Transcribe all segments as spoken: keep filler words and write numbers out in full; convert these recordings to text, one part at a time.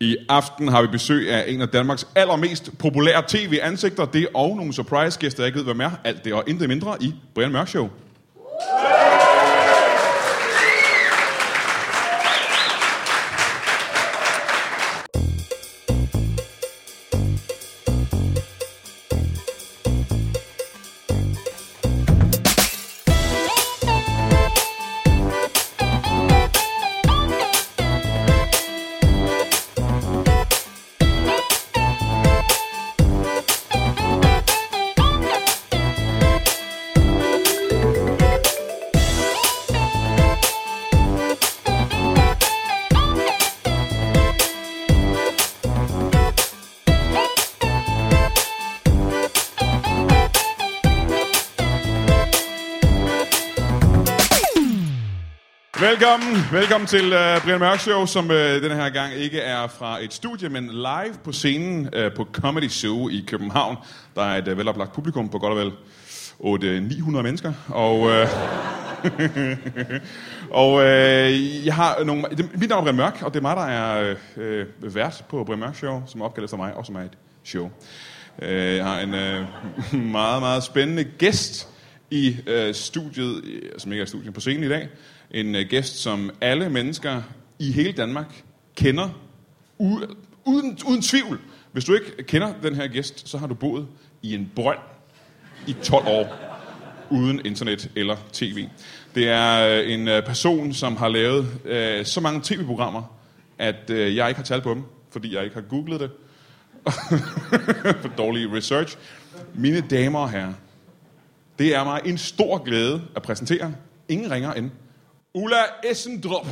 I aften har vi besøg af en af Danmarks allermest populære tv-ansigter. Det og nogle surprise-gæster, jeg ikke ved, hvem er. Alt det og intet mindre i Brian Mørk Show. Velkommen, velkommen til uh, Brian Mørk Show, som uh, denne her gang ikke er fra et studie, men live på scenen uh, på Comedy Zoo i København. Der er et uh, veloplagt publikum på godt og vel otte til ni hundrede mennesker, og, uh, og uh, jeg har nogle... Det, mit navn er Brian Mørk, og det er mig, der er uh, vært på Brian Mørk Show, som opkaldes af mig, og som er et show. Uh, jeg har en uh, meget, meget spændende gæst i uh, studiet, som ikke er i studiet på scenen i dag. En uh, gæst, som alle mennesker i hele Danmark kender, u- uden, uden tvivl. Hvis du ikke kender den her gæst, så har du boet i en brønd i tolv år, uden internet eller tv. Det er uh, en uh, person, som har lavet uh, så mange tv-programmer, at uh, jeg ikke har talt på dem, fordi jeg ikke har googlet det. For dårlig research. Mine damer og herrer, det er mig en stor glæde at præsentere ingen ringer end Ulla Essendrup.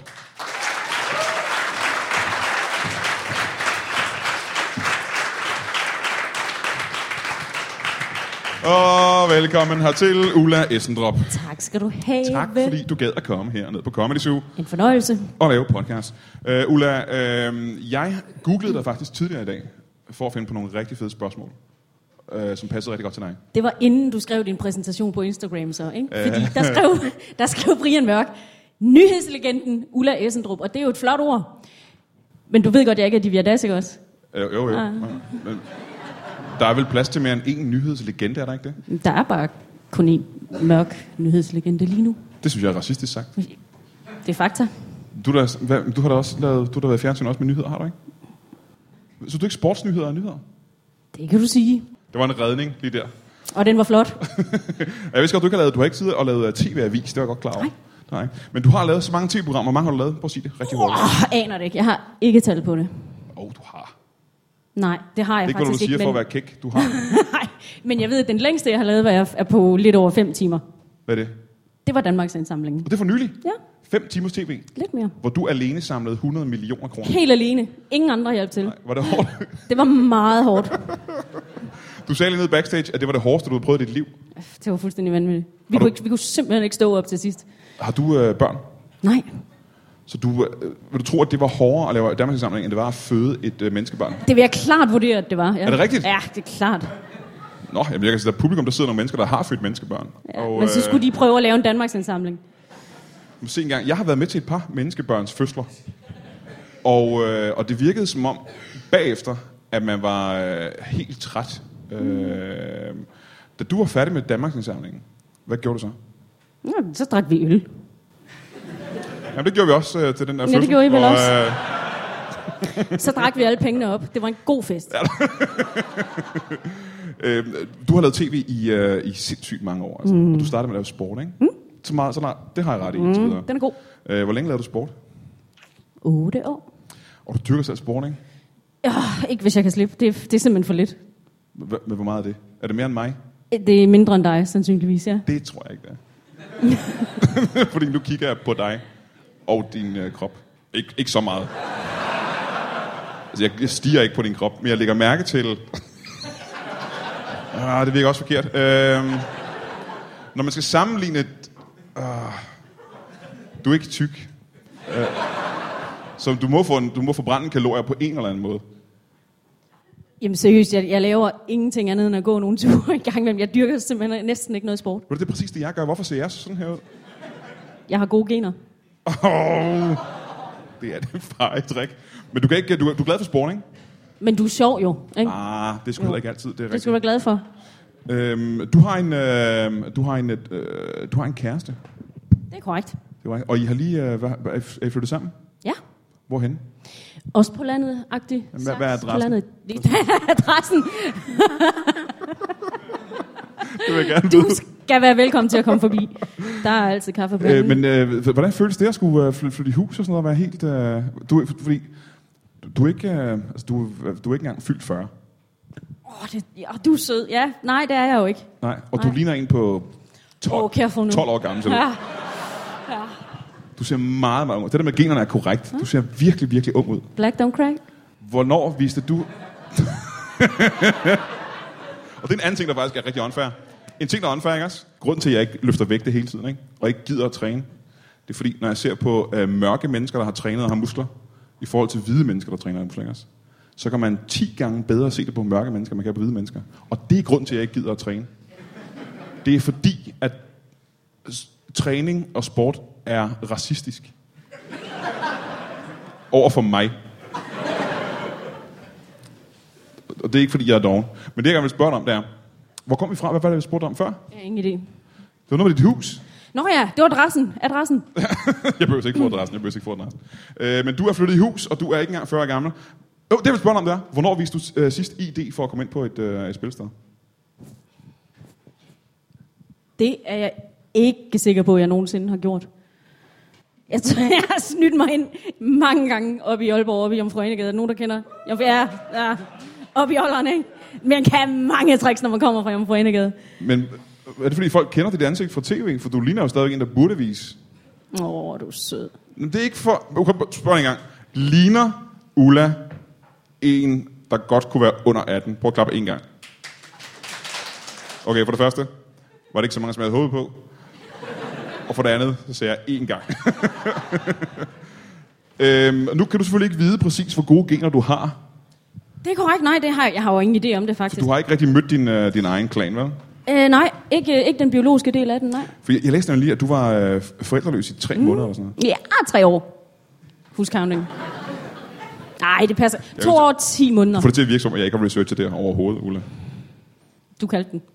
Og velkommen hertil, Ulla Essendrup. Tak skal du have. Tak fordi du gad at komme herned på Comedy Zoo. En fornøjelse. Og lave podcast. Uh, Ulla, uh, jeg googlede dig faktisk tidligere i dag, for at finde på nogle rigtig fede spørgsmål, uh, som passede rigtig godt til dig. Det var inden du skrev din præsentation på Instagram så, ikke? Fordi der skrev, der skrev Brian Mørk, nyhedslegenden Ulla Essendrup, og det er jo et flot ord. Men du ved godt, jeg ikke er Divya Das, ikke også? Jo, jo. jo. Ah. Men der er vel plads til mere end én nyhedslegende, er der ikke det? Der er bare kun én mørk nyhedslegende lige nu. Det synes jeg er racistisk sagt. Det er fakta. Du, der, hvad, du har da også lavet, du har da været i fjernsyn også med nyheder, har du ikke? Så du ikke sportsnyheder og nyheder? Det kan du sige. Det var en redning lige der. Og den var flot. Jeg vidste godt, du ikke har lavet, du har ikke siddet og lavet tv-avis, det var jeg godt klar over. Nej. Nej. Men du har lavet så mange tv-programmer. Hvor mange har du lavet? Prøv at sige det rigtig hurtigt. Åh, aner det ikke. Jeg har ikke talt på det. Åh, oh, du har. Nej, det har jeg det faktisk ikke. Det er ikke, hvad du siger men... for at være kæk. Du har. Nej, men jeg ved, at den længste, jeg har lavet, var jeg er på lidt over fem timer. Hvad er det? Det var Danmarks Indsamling. Og det er for nylig? Ja. Fem timers tv? Lidt mere. Hvor du alene samlede hundrede millioner kroner? Helt alene. Ingen andre hjalp til. Nej, var det hårdt? Det var meget hårdt. Du sagde lige nede backstage, at det var det hårdeste, du havde prøvet i dit liv. Det var fuldstændig vanvittigt. Vi, kunne, ikke, vi kunne simpelthen ikke stå op til sidst. Har du øh, børn? Nej. Så du, øh, vil du tro, at det var hårdere at lave Danmarks Indsamling, end det var at føde et øh, menneskebarn? Det vil jeg klart vurdere, at det var. Ja. Er det rigtigt? Ja, det er klart. Nå, jamen, jeg kan sige, der er publikum, der sidder nogle mennesker, der har født menneskebørn. Ja, og, men så skulle de prøve at lave en Danmarks Indsamling. Se engang, jeg har været med til et par menneskebørns fødsler. Og, øh, og det virkede som om, bagefter, at man var øh, helt træt. Øh, da du var færdig med Danmarks Indsamlingen, hvad gjorde du så? Ja, så drak vi øl. Jamen, det gjorde vi også øh, til den der fødsel. Ja, det gjorde I vel og, også. Øh... så drak vi alle pengene op. Det var en god fest. øh, du har lavet tv i, øh, i sindssygt mange år, altså. Mm. Og du startede med at lave sport, ikke? Mm. Så meget, så langt, det har jeg ret i. Mm. Den er god. Øh, hvor længe lavede du sport? Otte år. Og du dyrker selv sport, ikke? Ja, ikke hvis jeg kan slippe. Det er, det er simpelthen for lidt. Men hvor meget er det? Er det mere end mig? Det er mindre end dig, sandsynligvis, ja. Det tror jeg ikke, det er. Fordi nu kigger jeg på dig og din øh, krop. Ik- ikke så meget. Altså, jeg, jeg stiger ikke på din krop, men jeg lægger mærke til... ah, det virker også forkert. Øh, når man skal sammenligne... Øh, du er ikke tyk. Øh, så du må, få en, du må forbrænde kalorier på en eller anden måde. Jamen seriøst, jeg, jeg laver ingenting andet end at gå nogle ture en gang imellem. Jeg dyrker simpelthen næsten ikke noget sport. Det er præcis det, jeg gør. Hvorfor ser jeg sådan her ud? Jeg har gode gener. Oh. Det er det feje trick. Men du, kan ikke, du, du er glad for sport, ikke? Men du er sjov jo, ikke? Ah, det er sgu heller ikke altid. Det, er det skal du være glad for. Øhm, du har en, øh, du har en, øh, du har en kæreste. Det er korrekt. Det var, og I har lige, øh, hvad, er I flyttet sammen? Ja. Hvorhen? Også på landet-agtigt. Hvad, hvad er adressen? På landet. adressen. Det vil jeg gerne Du vide. skal være velkommen til at komme forbi. Der er altid kaffe på øh, Men øh, hvordan føles det at skulle øh, flytte, flytte i hus og sådan noget, og være helt... Øh, du, fordi, du er ikke, øh, altså, du, du er ikke engang fyldt fyrre. Åh, det, ja, du er sød. Ja, nej, det er jeg jo ikke. Nej, og Nej. du ligner en på tolv, oh, tolv år gammel. Ja. Ja. Du ser meget, meget ung ud. Det der med generne er korrekt. Du ser virkelig, virkelig ung ud. Black don't crack. Hvornår viste du... Og det er en anden ting, der faktisk er rigtig unfair. En ting, der er unfair, ikke også? Grunden til, at jeg ikke løfter vægte hele tiden, ikke? Og ikke gider at træne, det er fordi, når jeg ser på øh, mørke mennesker, der har trænet og har muskler, i forhold til hvide mennesker, der træner og har muskler, ikke også? Så kan man ti gange bedre se det på mørke mennesker, man kan på hvide mennesker. Og det er grunden til, at jeg ikke gider at træne. Det er fordi, at træning og sport er racistisk. Over for mig. Og det er ikke, fordi jeg er doven. Men det, jeg gerne vil spørge dig om, det er, hvor kom vi fra? Hvad var det, vi spurgte om før? Jeg har ingen idé. Det var noget med dit hus. Nå ja, det var adressen. Adressen. Jeg behøver ikke få adressen. Jeg behøver ikke få adressen. Øh, men du er flyttet i hus, og du er ikke engang fyrre år gammel. Jo, det jeg vil spørge dig om, det er, hvornår viste du øh, sidst I D for at komme ind på et, øh, et spilsted? Det er jeg ikke sikker på, at jeg nogensinde har gjort. Jeg tror, jeg har snydt mig ind mange gange oppe i Aalborg, oppe i Jomfru Anegade. Nogen, der kender Jomfru, ja, ja, oppe i Aalborg, ikke? Man kan mange tricks, når man kommer fra Jomfru Anegade. Men er det fordi, folk kender dit ansigt fra tv? For du ligner jo stadig en, der burde vise. Åh, oh, du er sød. Men det er ikke for... Okay, spørg en gang. Ligner Ulla en, der godt kunne være under atten? Prøv at klappe en gang. Okay, for det første var det ikke så mange, som jeg havde håbet på. Og for det andet, så siger jeg én gang. øhm, nu kan du selvfølgelig ikke vide præcis, hvor gode gener du har. Det er korrekt. Nej, det har jeg. Jeg har jo ingen idé om det, faktisk. Du har ikke rigtig mødt din, uh, din egen klan, vel? Øh, nej, ikke, ikke den biologiske del af den, nej. For jeg, jeg læste nemlig lige, at du var uh, forældreløs i tre mm. måneder eller sådan noget. Ja, tre år. Huscounting. Nej, det passer. To år, ti måneder. Få det til at virke som, at jeg ikke har researchet det overhovedet, Ulla. Du kaldte den.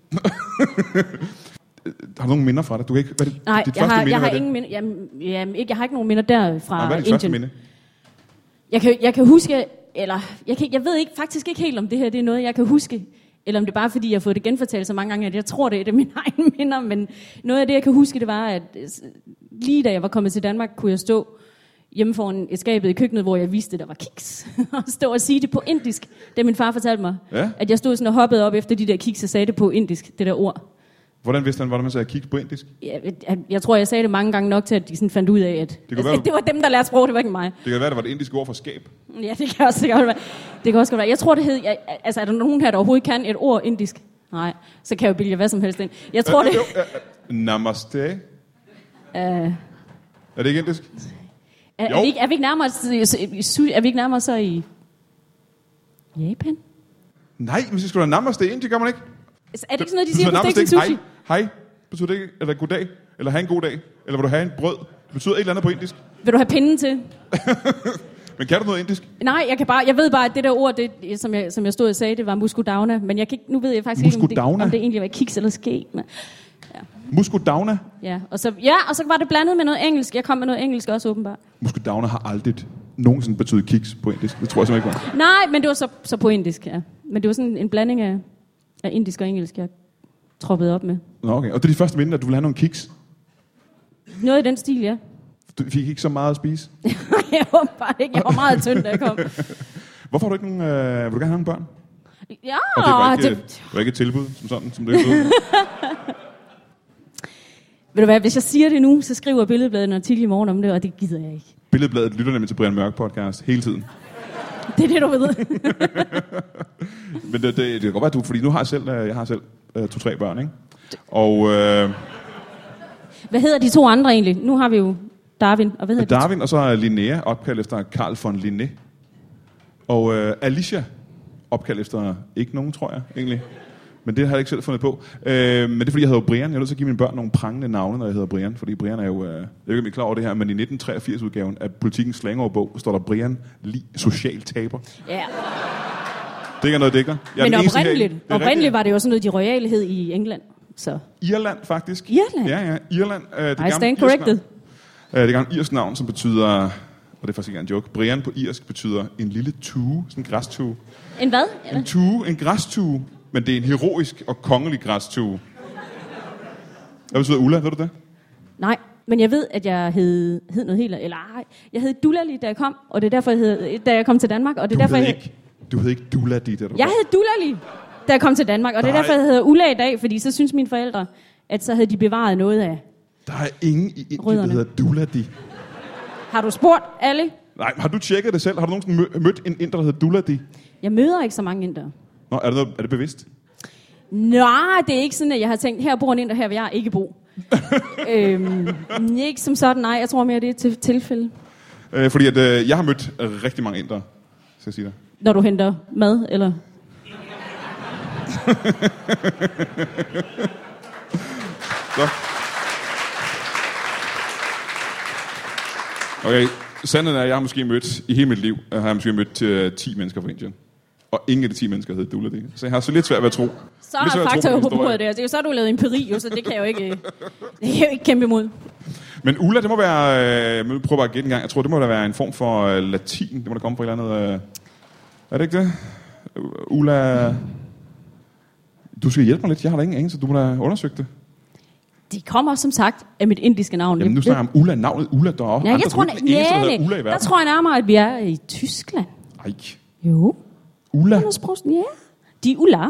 Har du nogle minder fra det? Du kan ikke, hvad er det, Nej, dit jeg første har, minde, jeg har hvad er ingen minder. Jamen, jamen, ikke, jeg har ikke nogen minder der fra Nej, hvad er dit Indien. første minde? Jeg kan, jeg kan huske, eller jeg, kan, jeg ved ikke, faktisk ikke helt, om det her det er noget, jeg kan huske, eller om det er bare fordi, jeg har fået det genfortalt så mange gange, at jeg tror, det er det mine egne minder, men noget af det, jeg kan huske, det var, at lige da jeg var kommet til Danmark, kunne jeg stå hjemme foran et skabet i køkkenet, hvor jeg vidste, der var kiks, og stå og sige det på indisk. Det min far fortalte mig, ja? At jeg stod sådan og hoppede op efter de der kiks, og sagde det på indisk, det der ord. Hvordan vidste han, hvordan man sagde kiks på indisk? Jeg, jeg, jeg tror, jeg sagde det mange gange nok til, at de sådan fandt ud af, at, det, altså, være, det var dem, der lærte sprog, det var ikke mig. Det kan være, det var det indiske ord for skab. Ja, det kan også godt være. Det kan også godt være. Jeg tror, det hed... Jeg, altså, er der nogen her, der overhovedet kan et ord indisk? Nej, så kan jeg jo bilde hvad som helst ind. Jeg tror, det... Namaste. Uh, er det ikke indisk? Er, er, vi ikke, er vi ikke nærmere er vi ikke nærmere så i Japan? Nej, men så skulle der namaste ind, det gør man ikke. Er det ikke sådan noget, de siger på stik sushi? Hej, hej, betyder det ikke, eller goddag, eller have en god dag, eller vil du have en brød? Det betyder et eller andet på indisk. Vil du have pinden til? Men kan du noget indisk? Nej, jeg kan bare, jeg ved bare, at det der ord, det, som, jeg, som jeg stod og sagde, det var muskodavna, men jeg kan ikke, nu ved jeg faktisk ikke, om det, om det egentlig var kiks eller skæg. Men, ja. Muskodavna? Ja, og så, ja, og så var det blandet med noget engelsk. Jeg kom med noget engelsk også, åbenbart. Muskodavna har aldrig nogensinde betydet kiks på indisk. Det tror jeg simpelthen ikke var. Nej, men det var så, så på indisk, ja. Men det var sådan en blanding af, af indisk og engelsk, jeg troppede op med. Nå, okay. Og det er de første minde, at du ville have nogle kiks? Noget i den stil, ja. Du fik ikke så meget at spise? Jeg håber bare ikke. Jeg var meget tynd, da jeg kom. Hvorfor har du ikke nogen... Øh, vil du gerne have nogle børn? Ja, og det var ikke, det... det var ikke et tilbud, som sådan, som det er blevet. Ved du hvad, hvis jeg siger det nu, så skriver Billedbladet en artikel i morgen om det, og det gider jeg ikke. Billedbladet lytter nemlig til Brian Mørk podcast hele tiden. Det er det, du ved. Men det, det, det kan godt være, du... Fordi nu har jeg selv, jeg har selv uh, to-tre børn, ikke? Og... Uh, hvad hedder de to andre egentlig? Nu har vi jo Darwin, og hvad hedder Darwin, og så er Linnea opkaldt efter Carl von Linné. Og uh, Alicia opkaldt efter ikke nogen, tror jeg, egentlig. Men det har jeg ikke selv fundet på. Øh, men det er fordi, jeg hedder Brian. Jeg er nødt til at give mine børn nogle prangende navne, når jeg hedder Brian. Fordi Brian er jo... Øh, jeg er ikke klar over det her, men i nitten treogfirs-udgaven af Politikens slangordbog står der Brian Lig social taber. Ja. Det er noget dækker. Men oprindeligt, oprindeligt var det jo sådan noget, de royale hed i England. Så. Irland, faktisk. Irland? Ja, ja. Irland. Øh, det I stand corrected. Øh, det er et irsk navn, som betyder... Og det er faktisk ikke en joke. Brian på irsk betyder en lille tue. Sådan en græstue. En hvad? En tue. En græstue. Men det er en heroisk og kongelig græstue. Hvad betyder Ulla? Ved du det? Nej, men jeg ved, at jeg hed, hed noget helt... Eller ej, jeg hed Dulali, da jeg kom. Og det er derfor, jeg hed, da jeg kom til Danmark. Og det er du derfor, hed jeg ikke... Du hed ikke Dulali, da du Jeg hed Dulali, da jeg kom til Danmark. Og det er Nej. derfor, jeg hedder Ulla i dag. Fordi så synes mine forældre, at så havde de bevaret noget af... Der er ingen i Indien, Rødderne. der hedder Duladi. Har du spurgt alle? Nej, har du tjekket det selv? Har du nogensinde mø- mødt en inder, der hedder Duladi? Jeg møder ikke så mange indere. Nå, er det, noget, er det bevidst? Nej, det er ikke sådan, at jeg har tænkt, her bor en inder, her vil jeg ikke bo. øhm, ikke som sådan, nej. Jeg tror mere, det er til tilfælde. Øh, fordi at, øh, jeg har mødt rigtig mange indere, skal jeg sige dig. Når du henter mad, eller? Så. Okay, sandheden er, at jeg har måske mødt, i hele mit liv, har jeg måske mødt uh, ti mennesker fra Indien. Og ingen af de ti mennesker hedder Duladi. Så jeg har så lidt svært ved at tro. Så har jeg fakta på bordet der. Det er jo så, du har lavet empiri, jo, så det kan jeg jo ikke, det kan jeg jo ikke kæmpe imod. Men Ulla, det må være, øh, prøv bare at gætte en gang, jeg tror, det må da være en form for øh, latin. Det må da komme fra et eller andet, øh, er det ikke det? Ulla, du skal hjælpe mig lidt, jeg har da ingen anelse, du må da undersøge det. Det kommer som sagt af mit indiske navn. Jamen nu snakker jeg om Ulla, navnet Ulla, der er også Ja, andre, jeg tror, der er eneste, der hedder Ulla i der verden. tror jeg nærmere, at vi er i Tyskland. Ej, Jo. Ulla. Ja, de er Ulla.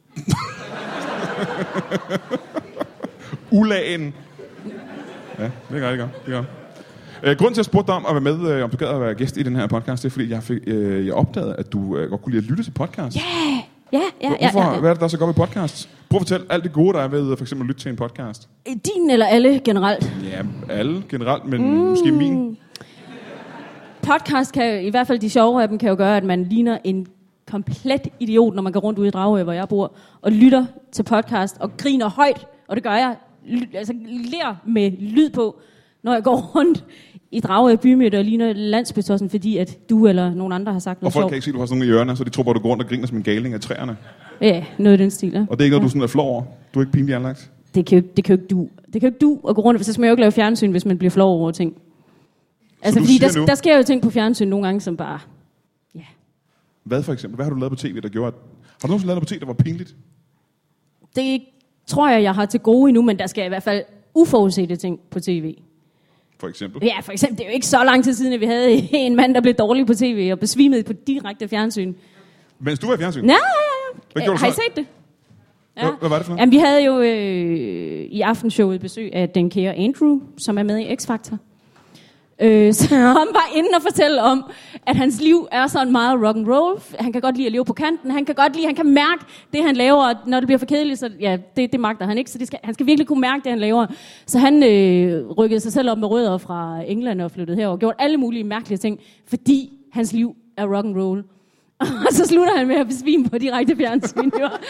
Ullaen. Ja, det gør det godt. Det gør. Øh, grunden til, at jeg spurgte dig om at være med, øh, om du gad at være gæst i den her podcast, det er, fordi jeg, fik, øh, jeg opdagede, at du øh, godt kunne lide at lytte til podcast. Ja, ja, ja. Hvorfor? ja, ja. Hvad er det, der er så godt ved podcast? Prøv at fortælle alt det gode, der er ved for eksempel at lytte til en podcast. Din eller alle generelt? Ja, alle generelt, men mm. måske min. Podcast kan, i hvert fald de sjove af dem, kan jo gøre, at man ligner en komplet idiot, når man går rundt ude i Dragør, hvor jeg bor, og lytter til podcast og griner højt, og det gør jeg, ly- altså ler med lyd på, når jeg går rundt i Dragør bymidte og ligner landsbytossen, fordi at du eller nogen andre har sagt noget Og folk sjovt. kan ikke se, at du har sådan nogle i ørerne, så de tror bare, du går rundt og griner som en galning af træerne. Ja, noget i den stil. Ja. Og det er ikke noget, du sådan er flov over. Du er ikke pinlig anlagt. Det kan jo det kan jo ikke du. Det kan jo ikke du at gå rundt, så skal man jo ikke lave fjernsyn, hvis man bliver flov over ting. Altså, fordi der, der sker jo ting på fjernsyn nogle gange, som bare... Ja. Hvad for eksempel? Hvad har du lavet på tv, der gjorde, at... Har du nogensinde lavet noget på tv, der var pinligt? Det tror jeg, jeg har til gode endnu, men der skal i hvert fald uforudsete ting på tv. For eksempel? Ja, for eksempel. Det er jo ikke så lang tid siden, at vi havde en mand, der blev dårlig på tv og besvimede på direkte fjernsyn. Mens du var i fjernsyn? Ja, ja, ja. Hvad gjorde Har du I så? set det? Ja. Hvad, hvad var det for noget? Jamen, vi havde jo øh, i aftenshowet besøg af den kære Andrew, som er med i X-Factor. Øh, så han var inde og fortælle om, at hans liv er sådan meget rock and roll. Han kan godt lide at leve på kanten. Han kan godt lide, han kan mærke det, han laver. Og når det bliver for kedeligt, så ja, det, det magter han ikke. Så det skal, han skal virkelig kunne mærke det, han laver. Så han øh, rykkede sig selv op med rødder fra England og flyttede herover. Og gjort alle mulige mærkelige ting, fordi hans liv er rock and roll. Og så slutter han med at besvime på direkte fjernsyn.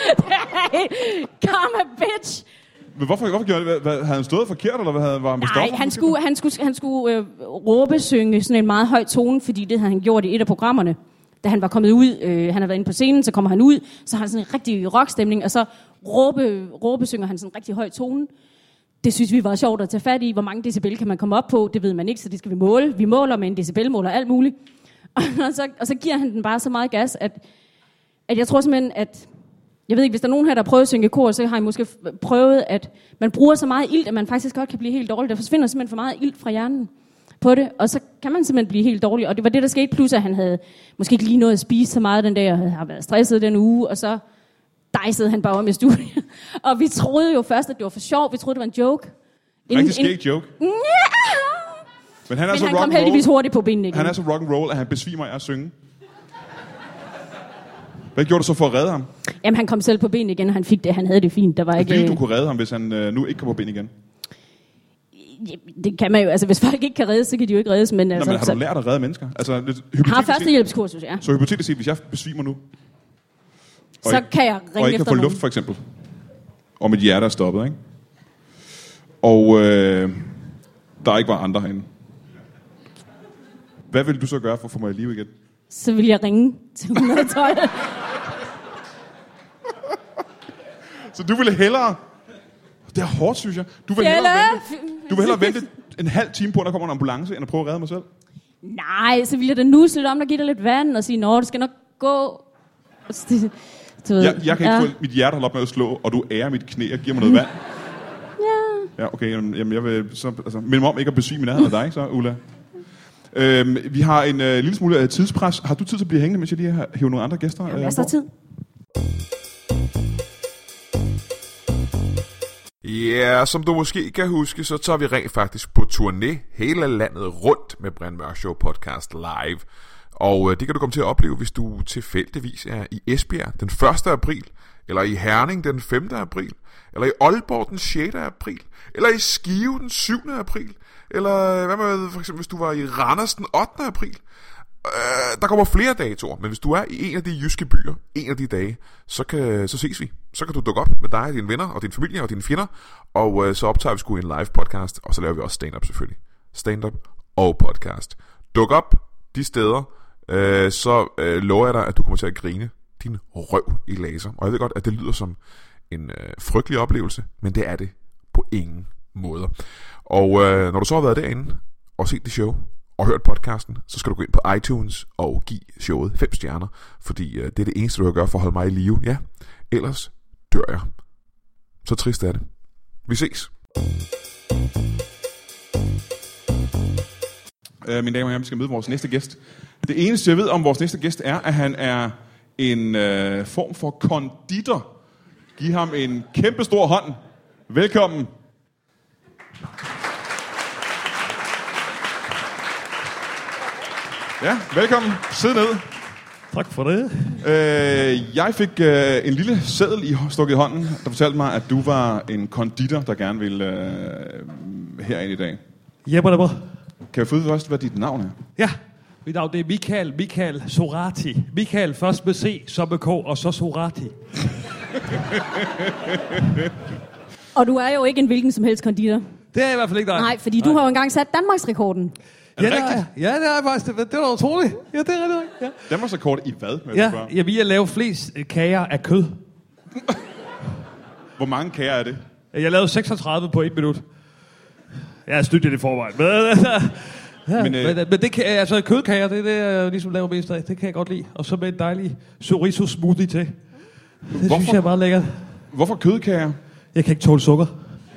Karma, bitch! Men hvorfor, hvorfor gjorde det? Hvad, havde han stået forkert, eller hvad havde, var han med Nej, stoffer? han skulle, han skulle, han skulle øh, råbesynge sådan en meget høj tone, fordi det havde han gjort i et af programmerne. Da han var kommet ud, øh, han har været inde på scenen, så kommer han ud, så har han sådan en rigtig rockstemning, og så råbe, råbesynger han sådan en rigtig høj tone. Det synes vi var sjovt at tage fat i. Hvor mange decibel kan man komme op på? Det ved man ikke, så det skal vi måle. Vi måler med en decibelmåler, alt muligt. Og så, og så giver han den bare så meget gas, at, at jeg tror simpelthen, at... Jeg ved ikke, hvis der er nogen her, der har prøvet at synge i kor, så har I måske prøvet, at man bruger så meget ilt, at man faktisk godt kan blive helt dårlig. Der forsvinder simpelthen for meget ilt fra hjernen på det, og så kan man simpelthen blive helt dårlig. Og det var det, der skete, plus at han havde måske ikke lige nået at spise så meget den dag, og har været stresset den uge, og så dejsede han bare om i studiet. Og vi troede jo først, at det var for sjov. Vi troede, det var en joke. Rigtig skæg joke. Yeah. Men han, er Men så han rock kom and heldigvis roll. hurtigt på benene igen. Han er så rock and roll, at han besvimer af at synge. Hvad gjorde du så for at redde ham? Jamen, han kom selv på benene igen, og han fik det. Han havde det fint. Der var ikke... Ville du kunne redde ham, hvis han øh, nu ikke kom på ben igen? Det kan man jo. Altså, hvis folk ikke kan reddes, så kan de jo ikke reddes. Men, Nå, altså, men har så... du lært at redde mennesker? Altså, lidt har hypotetisk set- førstehjælpskursus, ja. Så hypotetisk set, hvis jeg besvimer nu, så ikke, kan jeg ringe efter Og ikke kan få nogen. luft, for eksempel. Og mit hjerte er stoppet, ikke? Og øh, der ikke var andre herinde. Hvad vil du så gøre for at få mig i live igen? Så vil jeg ringe til et et to. Så du ville hellere... Det er hårdt, synes jeg. Du vil hellere vente, du vil hellere vente en halv time på, at der kommer en ambulance, end at prøve at redde mig selv? Nej, så vil jeg da nuse lidt om, der giver dig lidt vand, og sige, nå, det skal nok gå. Det, du ved, Jeg, jeg kan ikke ja. få mit hjerte holde op med at slå, og du ærer mit knæ og giver mig noget vand. Ja. Ja, okay. Jamen, jeg vil så, altså, minde mig om ikke at besvime i nærheden af dig, så Ulla. Øhm, vi har en øh, lille smule af tidspres. Har du tid til at blive hængende, mens jeg lige har hævet nogle andre gæster? Jamen, masser af tid. Ja, som du måske kan huske, så tager vi rent faktisk på turné hele landet rundt med Brian Mørk Show podcast live. Og øh, det kan du komme til at opleve, hvis du tilfældigvis er i Esbjerg den første april, eller i Herning den femte april, eller i Aalborg den sjette april, eller i Skive den syvende april, eller hvad med for eksempel, hvis du var i Randers den ottende april. Øh, der kommer flere datoer, men hvis du er i en af de jyske byer, en af de dage, så, kan, så ses vi. Så kan du dukke op med dig, dine venner, og din familie og dine fjender, og øh, så optager vi sgu en live podcast, og så laver vi også stand-up selvfølgelig. Stand-up og podcast. Duk op de steder, øh, så øh, lover jeg dig, at du kommer til at grine din røv i laser. Og jeg ved godt, at det lyder som en øh, frygtelig oplevelse, men det er det på ingen måder. Og øh, når du så har været derinde og set det show, og hørt podcasten, så skal du gå ind på iTunes og give showet fem stjerner, fordi øh, det er det eneste, du kan gøre for at holde mig i live. Ja, ellers dør jeg. Så trist er det. Vi ses. Øh, mine damer og herrer, vi skal møde vores næste gæst. Det eneste, jeg ved om vores næste gæst, er, at han er en øh, form for konditor. Giv ham en kæmpe stor hånd. Velkommen. Ja, velkommen. Sid ned. Tak for det. Øh, jeg fik øh, en lille seddel i stukket i hånden, der fortalte mig, at du var en konditor, der gerne ville øh, herind i dag. Jepper, der Kan jeg få ud først, hvad dit navn er? Ja, mit navn det er Michael, Michael Sorati. Michael først med C, så med K, og så Sorati. Og du er jo ikke en hvilken som helst konditor. Det er i hvert fald ikke dig. Nej, fordi du har jo engang sat Danmarksrekorden. Ja, det er, ja, det er faktisk. Det, det var utroligt. Ja, det er rigtigt. Ja. Danmarks rekord i hvad? Med Ja, jeg vil lave flest kager af kød. Hvor mange kager er det? Jeg lavede seksogtredive på et minut. Jeg er stødt i det forvejen. Men, ja, Men, men, øh, men, men det kan, altså kødkager, det er det, jeg ligesom laver mest af. Det kan jeg godt lide. Og så med en dejlig chorizo smoothie til. Det Hvorfor? synes jeg er meget lækkert. Hvorfor kødkager? Jeg kan ikke tåle sukker.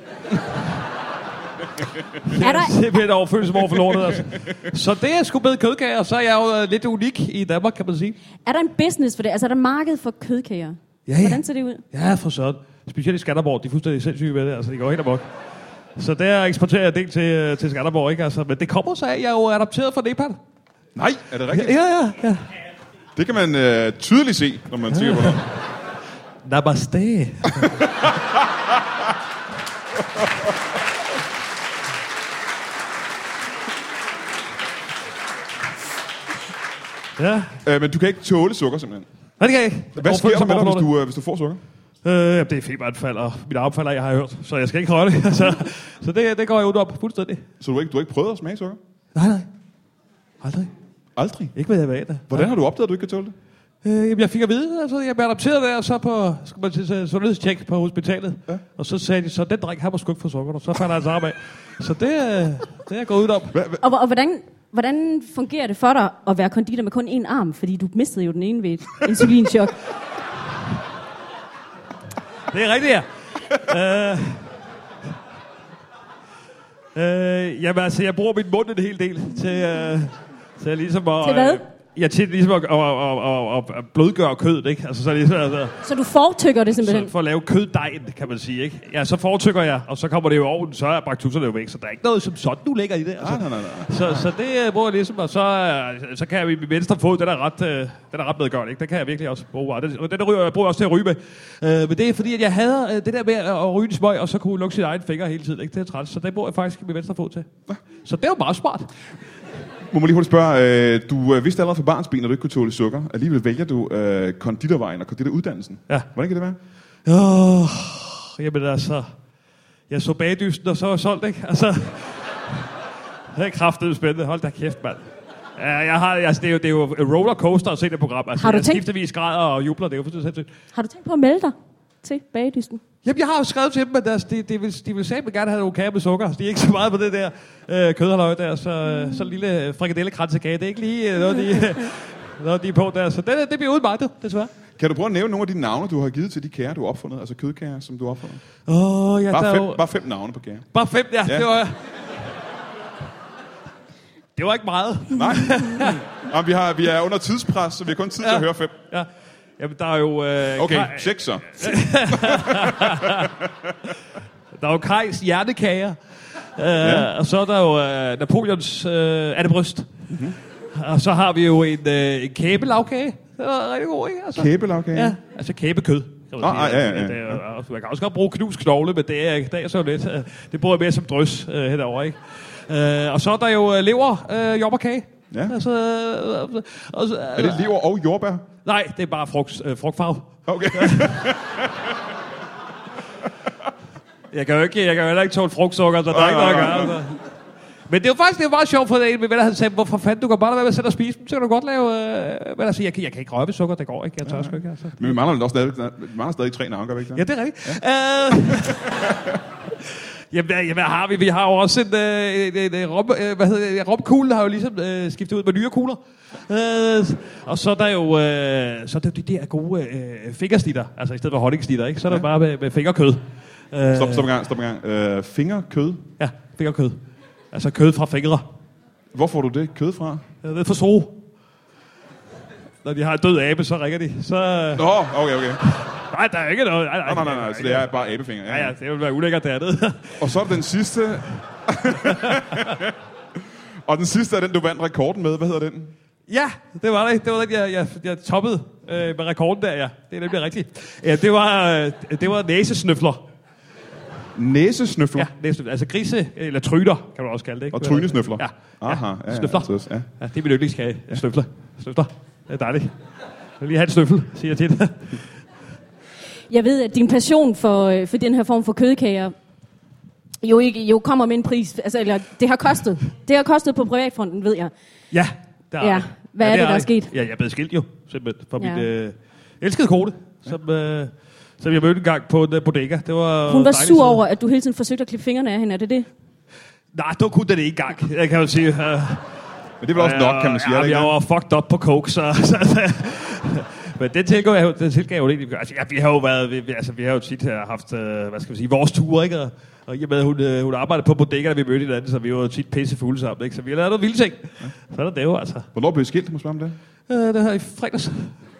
Er der, Simpelthen overfølelse over for lortet, altså. Så det er sgu med kødkager, så er jeg jo uh, lidt unik i Danmark, kan man sige. er der en business for det? Altså er der marked for kødkager? Ja, ja. Hvordan ser det ud? Ja, for søren. Specielt i Skanderborg, de er fuldstændig sindssyge med det, altså de går helt amok. Så der eksporterer jeg del til, til Skanderborg, ikke? Altså, men det kommer så af, at jeg er jo adopteret fra Nepal. Nej, er det rigtigt? Ja, ja, ja. Det kan man øh, tydeligt se, når man tænker på det. Namaste. Ja. Øh, men du kan ikke tåle sukker, simpelthen. Nej, det kan jeg ikke. Hvad sker der med dig, hvis du, øh, hvis du får sukker? Øh, det er feberanfald, og mit armfald, jeg har hørt, så jeg skal ikke holde det. så så det, det går jeg ud op fuldstændig. Så du har ikke, du har ikke prøvet at smage sukker? Nej, nej. Aldrig. Aldrig? Ikke med jeg var Hvordan har du opdaget, at du ikke kan tåle det? Øh, jamen, jeg fik at vide, altså, jeg blev adopteret der, og så på, skulle man til sundhedstjek på hospitalet. Ja. Og så sagde de, så den dreng har må sgu ikke få sukker, og så falder hans arm af. Så det, det er jeg gået ud op. Hva, hva? Og, og hvordan, hvordan fungerer det for dig at være konditor med kun én arm? Fordi du mistede jo den ene ved et insulinchok. Det er rigtigt, ja. øh, øh, jamen, altså, jeg bruger min mund en hel del til, øh, til ligesom at... Til hvad? Øh, Ja, til ligesom at, at, at, at, at blødgøre kødet, ikke? Altså, så, ligesom, altså, Så du fortykker det simpelthen? så for at lave køddejen, kan man sige, ikke? Ja, så fortykker jeg, og så kommer det jo over, så er baktuserne jo væk, så der er ikke noget som sådan, du lægger i det. Altså. Nej, nej, nej, nej. Så, så det bruger jeg ligesom, og så, øh, så kan jeg min venstre fod, den er ret, øh, den er ret medgørende, ikke? Den kan jeg virkelig også bruge. Og den, den ryger, jeg bruger jeg også til at ryge med. Øh, men det er fordi, at jeg havde øh, det der med at ryge en smøg, og så kunne lukke sin egen finger hele tiden, ikke? Det er træt, så det bruger jeg faktisk min venstre fod til. Så det er jo meget smart. må man lige hurtigt spørge, øh, du øh, vidste allerede fra barnsben, at du ikke kunne tåle sukker. Alligevel vælger du øh, konditorvejen og konditoruddannelsen. Ja. Hvordan kan det være? Åh, jamen altså, jeg så bagdysten, og så var jeg solgt, ikke? Altså, det er kraftedeme spændende. Hold da kæft, mand. Ja, jeg har, altså, det, er jo, det er jo rollercoaster at se det program. Altså, Har du jeg tænkt- skiftevis græder og jubler, det er jo fuldstændig sindssygt. Har du tænkt på at melde dig til bagedysten? Jamen, jeg har jo skrevet til dem, at deres, de, de, vil, de vil simpelthen gerne have nogle kager med sukker. De er ikke så meget på det der øh, kødhaløj der, så, mm. så lille frikadellekransekage. Det er ikke lige øh, noget, de, øh, noget, de er på der. Så det, det bliver uden mig, det, desværre. Kan du prøve at nævne nogle af de navne, du har givet til de kager, du har opfundet? Altså kødkager, som du har opfundet? Åh, oh, ja, Bare der fem, jo... bare fem navne på kager. Bare fem, ja. Ja. Det var... Det var ikke meget. Nej. Jamen, vi, har, vi er under tidspres, så vi har kun tid til Ja. at høre fem. Ja. Jamen, der er jo... Øh, Okay, Kaj- seks så. Der er jo Kajs hjernekager. Uh, ja. Og så er der jo uh, Napoleons uh, andebryst. Mm-hmm. Og så har vi jo en, uh, en kæbelavkage. Det var rigtig god, ikke? Altså, Kæbelavkage? ja, altså kæbekød. Kan man Nå, sige. ah, ja, ja, ja. Det er, og man kan også godt bruge knust knogle, men det er, det er så lidt. Uh, det bruger jeg mere som drøs uh, henover, ikke? Uh, og så er der jo uh, lever uh, jordbærkage. Ja. Altså, uh, og, så, uh, Er det lever og jordbær? Nej, det er bare frugt, uh, frugtfarve. Okay. Jeg kan jo ikke, jeg kan jo heller ikke tåle frugtsukker, så der er ikke noget at gøre. Altså. Men det er jo faktisk det er meget sjovt, for en af mine venner, han sagde, hvorfor fanden, du kan bare lade være med at sætte og spise dem, så kan du godt lave... Øh... Men altså, jeg kan, jeg kan ikke røre ved sukker, det går ikke, jeg tør sgu ikke. Altså. Men vi mangler også stadig, vi mangler stadig tre navne, gør vi ikke det? Ja, det er rigtigt. Ja. Uh... Jamen, jamen, hvad har vi? Vi har jo også en, øh, en, en rom, øh, hvad hedder det, romkugle, har jo ligesom øh, skiftet ud med nye kugler. Øh, og så er der jo, øh, så er der jo de der gode øh, fingersnitter, altså i stedet for honningsnitter, ikke? Så er der Ja. bare med, med fingerkød. Øh, Stop, stop en gang, stop en gang. Øh, fingerkød. Ja, fingerkød. Altså kød fra fingre. Hvor får du det kød fra? Jeg ved for so. Når de har en død abe, så ringer de. Så... Nå, okay, okay. Nej, der er ikke noget. Nej, Nej, nej, nej, nej, så det er bare abefinger. Ja, ja, det vil være ulækkert, det andet. Og så er der den sidste. Og den sidste er den, du vandt rekorden med. Hvad hedder den? Ja, det var det. Det var den, jeg, jeg, jeg toppede øh, med rekorden der, ja. Det er nemlig rigtigt. Ja, det var, øh, det var næsesnøfler. Næsesnøfler? Ja, næsesnøfler. Altså grise, eller tryner, kan du også kalde det, ikke? Og trynesnøfler? Ja. Aha, ja, ja, snøfler. ja, ja. Ja, det er min yndlingskage. Ja. Snøfler. Snøfler. Det er dejligt. Jeg vil lige have en snøffel, siger jeg til dig. Jeg ved, at din passion for, øh, for den her form for kødkager jo, ikke, jo kommer med en pris. Altså, eller, det har kostet. Det har kostet på privatfronten, ved jeg. Ja, der Ja. Hvad er det, der er sket? Ja, jeg er blevet skilt jo, simpelthen, fra Ja. min øh, elskede kone, som, øh, som jeg mødte en gang på en uh, bodega. Det var Hun var dejligt sur sted. over, at du hele tiden forsøgte at klippe fingrene af hende. Er det det? Nej, det var kun den ene gang, jeg kan jo sige. Uh, Men det er vel også nok, kan man sige. er Ja, det jeg ikke var fucked up på coke, så... så men det tilgav jeg jo, det tilgav jeg jo egentlig. Altså, ja, vi har jo været, vi, altså, vi har jo tit haft, uh, hvad skal vi sige, vores ture, ikke? Og, og i og med, hun, uh, hun arbejdede på bodega, da vi mødte hinanden, så vi var jo tit pisse fulde sammen, ikke? Så vi har lavet noget vilde ting. Ja. Så er der det jo, altså. Hvornår blev I skilt, må jeg spørge om det? Uh, det her i fredags.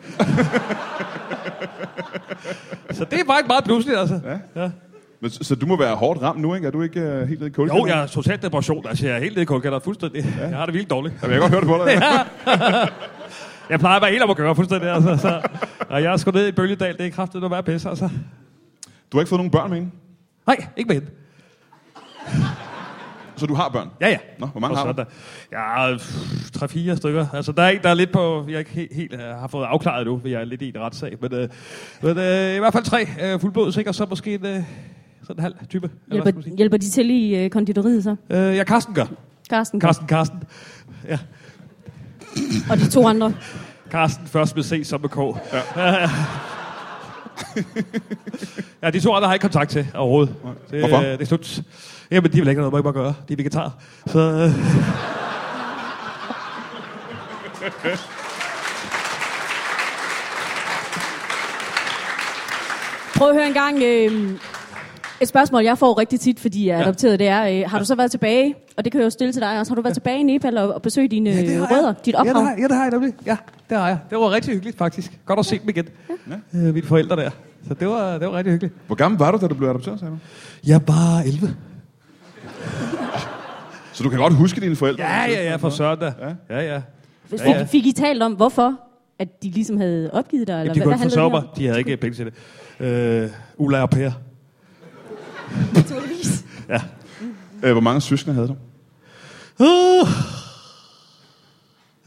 Så det er faktisk meget pludseligt, altså. Ja. Ja. Men, så, så du må være hårdt ramt nu, ikke? Er du ikke uh, helt nede i kulkælderen? Jo, jeg er totalt depression. Altså, jeg er helt nede i kulkælderen fuldstændig. Ja. Jeg har det virkelig dårligt. Jamen, jeg kan godt høre det på dig. Ja. Jeg plejer at være helt om at gøre fuldstændig, altså. Så, og jeg er sgu ned i Bølgedal. Det er kraftigt at være pisse, altså. Du har ikke fået nogen børn med hende? Nej, ikke med hende. Så du har børn? Ja, ja. Nå, hvor mange Og har så du? der, ja, tre-fire stykker. Altså, der er en, der er lidt på... Jeg ikke helt, helt uh, har fået afklaret nu, for jeg er lidt i en retssag. Men, uh, men uh, i hvert fald tre uh, fuldblods, ikke? Og så måske en, uh, sådan en halv type. eller hvad Hjælper, skal man sige. hjælper de til i uh, konditoriet så? Uh, ja, Karsten gør. Karsten. Karsten, Karsten. Ja. Og de to andre. Karsten først med C, så med K. Ja. Ja, de to andre har jeg ikke kontakt til overhovedet. Det, Hvorfor? Det er slut. Jamen, de vil ikke have noget med at gøre. De er vegetarer. Så... Øh. Prøv at høre en gang. Øh, et spørgsmål, jeg får rigtig tit, fordi jeg er Ja. adopteret, det er, øh, har du så været tilbage, og det kan jeg jo stille til dig også, har du været tilbage i Nepal og, og besøgt dine Ja, det har rødder, jeg. dit Ja, ophav? det har jeg, ja, det har jeg nemlig. Ja, det har jeg. Det var rigtig hyggeligt, faktisk. Godt at se dem igen. Ja. Øh, mine forældre der. Så det var, det var rigtig hyggeligt. Hvor gammel var du, da du blev adopteret, sagde du? Jeg var elleve. Så du kan godt huske dine forældre? Ja, ja, ja, for søren da. Ja. Ja, ja. Fik, Ja, ja. fik I talt om, hvorfor at de ligesom havde opgivet dig? Eller Jamen, de hvad, kunne hvad ikke handlede forsørge det mig. om? De havde ikke penge til det. Øh, Ulla og Per. Naturligvis. Ja. Øh, hvor mange søskende havde du? Uh,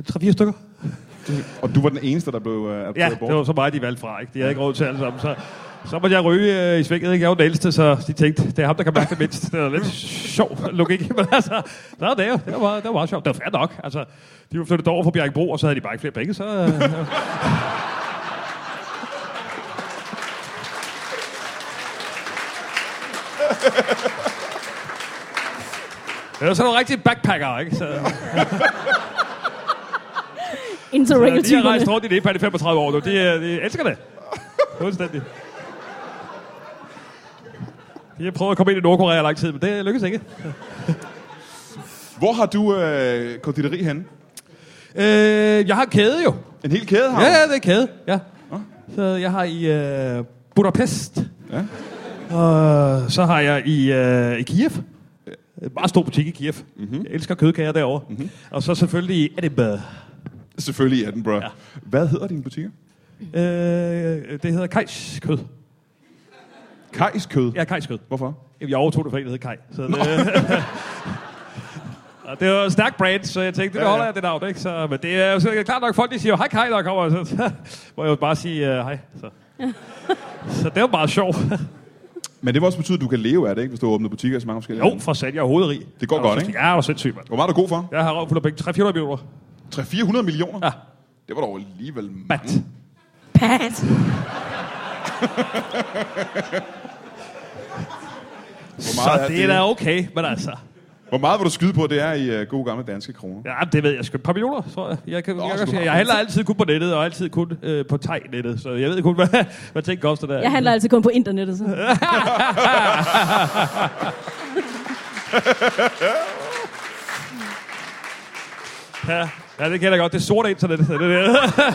Tre-fire stykker. Og du var den eneste, der blev uh, Ja, bort? det var så meget, de valgte fra. Ikke? De havde ikke råd til alle sammen. Så, så måtte jeg ryge øh, i svinget. Ikke? Jeg var den ældste, så de tænkte, det er ham, der kan mærke det mindst. Det er lidt sjov logik. Men altså, der var det jo. Det var, det var meget sjovt. Det var fair nok. Altså, de var flyttet over fra Bjergbro, og så havde de bare ikke flere penge. Så, øh, det var sådan nogle rigtige backpacker, ikke? Så, Interrail-typerne. de har rejst rundt i det i femogtredive år nu. De, de elsker det. Fuldstændig. De har prøvet at komme ind i Nordkorea i lang tid, men det lykkedes ikke. Hvor har du øh, konditori henne? Øh, jeg har en kæde jo. En hel kæde har Ja, du? ja, det er en kæde. Ja. Ah. Så jeg har i øh, Budapest. Ja. Og så har jeg i, øh, i Kiev. En meget stor butik i Kiev. Mm-hmm. Jeg elsker kødkager derovre. Mm-hmm. Og så selvfølgelig i Edinburgh. Selvfølgelig i Edinburgh. Ja. Hvad hedder dine butikker? Øh, det hedder Kajs Kød. Kajs kød? Ja, Kajs Kød. Hvorfor? Jamen, jeg overtog det fra en, der hed Kaj. Så det, og det var en stærk brand, så jeg tænkte, det holder jeg det navn, ikke? Så, men det er jo så klart nok, folk de siger, hej Kaj, der kommer. Så, så må jeg jo bare sige uh, hej. Så. Så det var meget sjovt. Men det vil også betyde, at du kan leve af det, ikke? Hvis du har åbnet butikker i så mange forskellige Jo, for sat jeg er hovedrig. Det går jeg godt, synes, ikke? Ja, jeg er sindssygt, mand. Hvor meget er du god for? Jeg har røv fuld af penge. tre til fire hundrede millioner. tre til fire hundrede millioner? Ja. Det var dog alligevel mange. Bat. Pat. Hvor meget Så er det er da okay, men altså... Hvor meget vil du skyde på, det er i uh, gode gamle danske kroner? Ja, det ved jeg sgu. Et par millioner, tror jeg. Jeg, kan, Nå, jeg, så kan du sige, har- jeg handler altid kun på nettet, og altid kun øh, på thai-nettet. Så jeg ved kun, hvad, hvad ting koster der. Jeg handler altid kun på internettet, så. Ja, ja, det kender jeg godt. Det er sorte internet. Det der.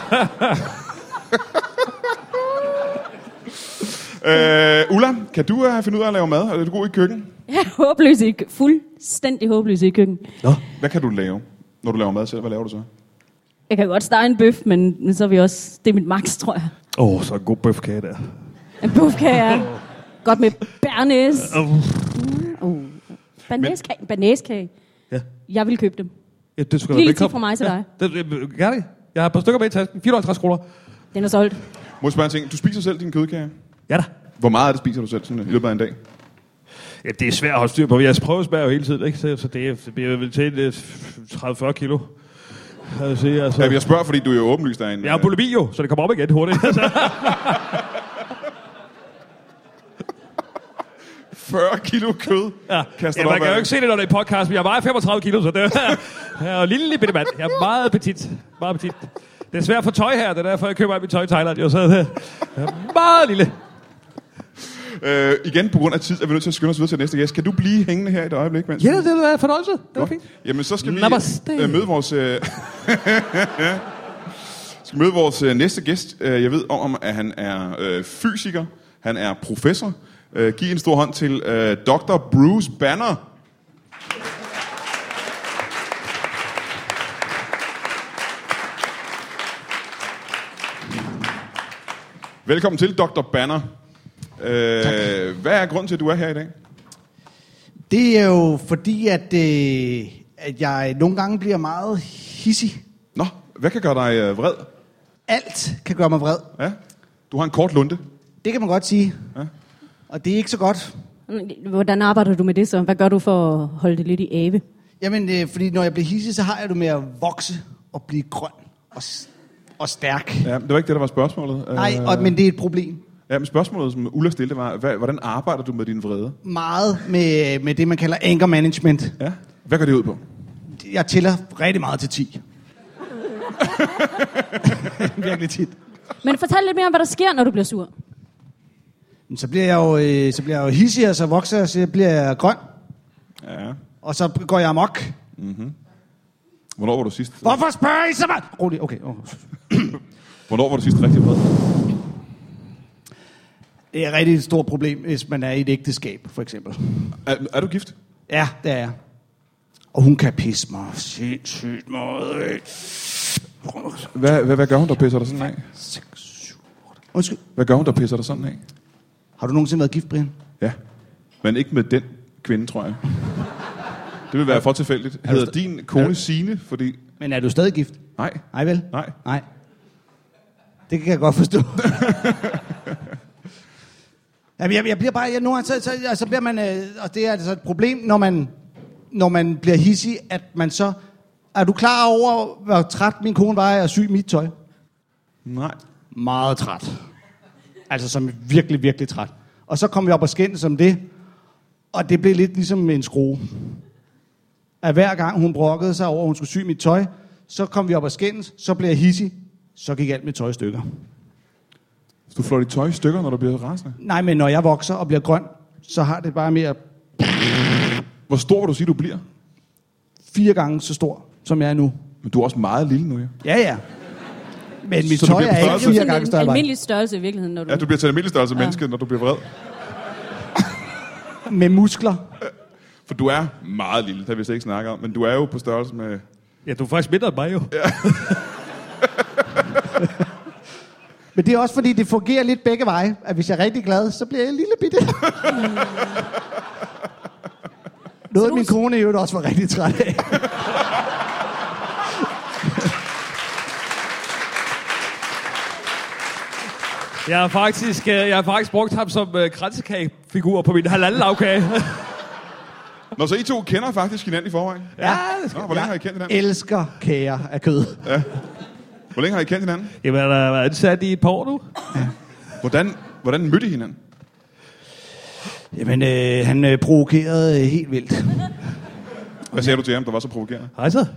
Uh, Ulla, kan du uh, finde ud af at lave mad? Er du god i køkken? Jeg er håbløs i kø- fuldstændig håbløs i køkken. Nå. Hvad kan du lave, når du laver mad selv? Hvad laver du så? Jeg kan godt stege en bøf, men men så er vi også... Det er mit max, tror jeg. Åh, oh, så en god bøfkage der. En bøf kan jeg godt med bernæs. Oh. Uh. Banæskage. Banæskage. Ja. Jeg vil købe dem. Ja, det skulle Lille være tip fra mig til dig. Ja, det, det, gerne. Jeg har et par stykker med i tasken. fireoghalvtreds kroner. Den er solgt. Må jeg spørge en ting? Du spiser selv din kødkage? Ja da. Hvor meget af det spiser du selv sådan, i løbet af en dag? Ja, det er svært at holde styr på. Jeg prøver at jo hele tiden, ikke? Så, så det, er, det bliver vel til tredive til fyrre kilo. Jeg, sige, altså. Ja, jeg spørger, fordi du er jo åbenlyst af en... Jeg har bulimi jo, så det kommer op igen hurtigt. fyrre kilo kød. Ja, Kaster ja du man op kan jo af- ikke se det, når det er podcast, men jeg vejer femogtredive kilo, så det er, jeg er jo en lille bitte mand. Jeg er meget petit. Meget petit. Det er svært at få tøj her, det er derfor, jeg køber alt mit tøj i Thailand. Jo, så er det jeg er meget lille. Øh, igen, på grund af tid, er vi nødt til at skynde os videre til næste gæst. Kan du blive hængende her i et øjeblik? Mens Ja, det er en fornøjelse. Det var Godt. fint. Jamen, så skal vi Namaste. øh, møde vores... Øh, skal møde vores øh, næste gæst. Øh, Jeg ved om, at han er øh, fysiker. Han er professor. Øh, giv en stor hånd til øh, doktor Bruce Banner. Velkommen til, doktor Banner. Øh, hvad er grunden til, at du er her i dag? Det er jo fordi, at, øh, at jeg nogle gange bliver meget hissig. Nå, hvad kan gøre dig øh, vred? Alt kan gøre mig vred. Ja, du har en kort lunte. Det kan man godt sige. Ja. Og det er ikke så godt. Hvordan arbejder du med det så? Hvad gør du for at holde det lidt i ave? Jamen, øh, fordi når jeg bliver hissig, så har jeg det med at vokse og blive grøn og, s- og stærk. Ja, det var ikke det, der var spørgsmålet. Nej, Øh, og, men det er et problem. Ja, men spørgsmålet, som Ulla stillede, var, hvad, hvordan arbejder du med din vrede? Meget med, med det, man kalder anger management. Ja. Hvad går det ud på? Jeg tæller rigtig meget til ti. Virkelig tit. Men fortæl lidt mere om, hvad der sker, når du bliver sur. Men så bliver jeg jo, øh, så bliver jeg jo hissig, og så vokser jeg, og så bliver jeg grøn. Ja. Og så går jeg amok. Hvornår var du sidst? Hvorfor spørger I så meget? Rolig, okay. Oh. Hvornår var du sidst rigtig vred? Det er et rigtig stort problem, hvis man er i et ægteskab, for eksempel. Er, er du gift? Ja, det er jeg. Og hun kan pisse mig sindssygt meget af. Hvad, hvad, hvad gør hun, der pisser dig sådan af? seks, syv, otte. Undskyld. Hvad gør hun, der pisser dig sådan af? Har du nogensinde været gift, Brian? Ja, men ikke med den kvinde, tror jeg. Det vil være for tilfældigt. Hedder din kone Signe, fordi... Men er du stadig gift? Nej. Nej vel? Nej. Nej. Det kan jeg godt forstå. Jamen, jeg, jeg bliver bare... Jeg, nu, så, så, så bliver man... Øh, og det er altså et problem, når man, når man bliver hissig, at man så... Er du klar over, hvor træt min kone var af at sy mit tøj? Nej. Meget træt. Altså som virkelig, virkelig træt. Og så kom vi op og skændes om det, og det blev lidt ligesom en skrue. At hver gang hun brokkede sig over, at hun skulle sy mit tøj, så kom vi op og skændes, så blev jeg hissig, så gik alt mit tøj i stykker. Du flår dit tøj i stykker, når du bliver rasende? Nej, men når jeg vokser og bliver grøn, så har det bare mere... Hvor stor vil du sige, du bliver? Fire gange så stor, som jeg er nu. Men du er også meget lille nu, ja. Ja, ja. Men mit Så du tøj bliver er på ikke størrelse? fire Det er gange en større. almindelig størrelse i virkeligheden, når du... Ja, du bliver til en almindelig størrelse ja. menneske, når du bliver vred. Med muskler. For du er meget lille, det har vi slet ikke snakket om. Men du er jo på størrelse med... Ja, du er faktisk mindre end mig jo. Ja. Men det er også fordi, det fungerer lidt begge veje. At hvis jeg er rigtig glad, så bliver jeg en lille bitte. Noget min kone i øvrigt også var rigtig træt af. Jeg har faktisk, jeg har faktisk brugt ham som uh, kransekagefigur på min halal-lavkage. Nå, så I to kender faktisk hinanden i forvejen? Ja, Nå, hvor længe har I kendt hinanden? Jeg elsker kager af kød. Ja. Hvor længe har I kendt hinanden? Jamen, der har været ansat i et par år nu. Ja. Hvordan, hvordan mødte I hinanden? Jamen, øh, han øh, provokerede øh, helt vildt. Hvad sagde du til ham, der var så provokerende? Hej så.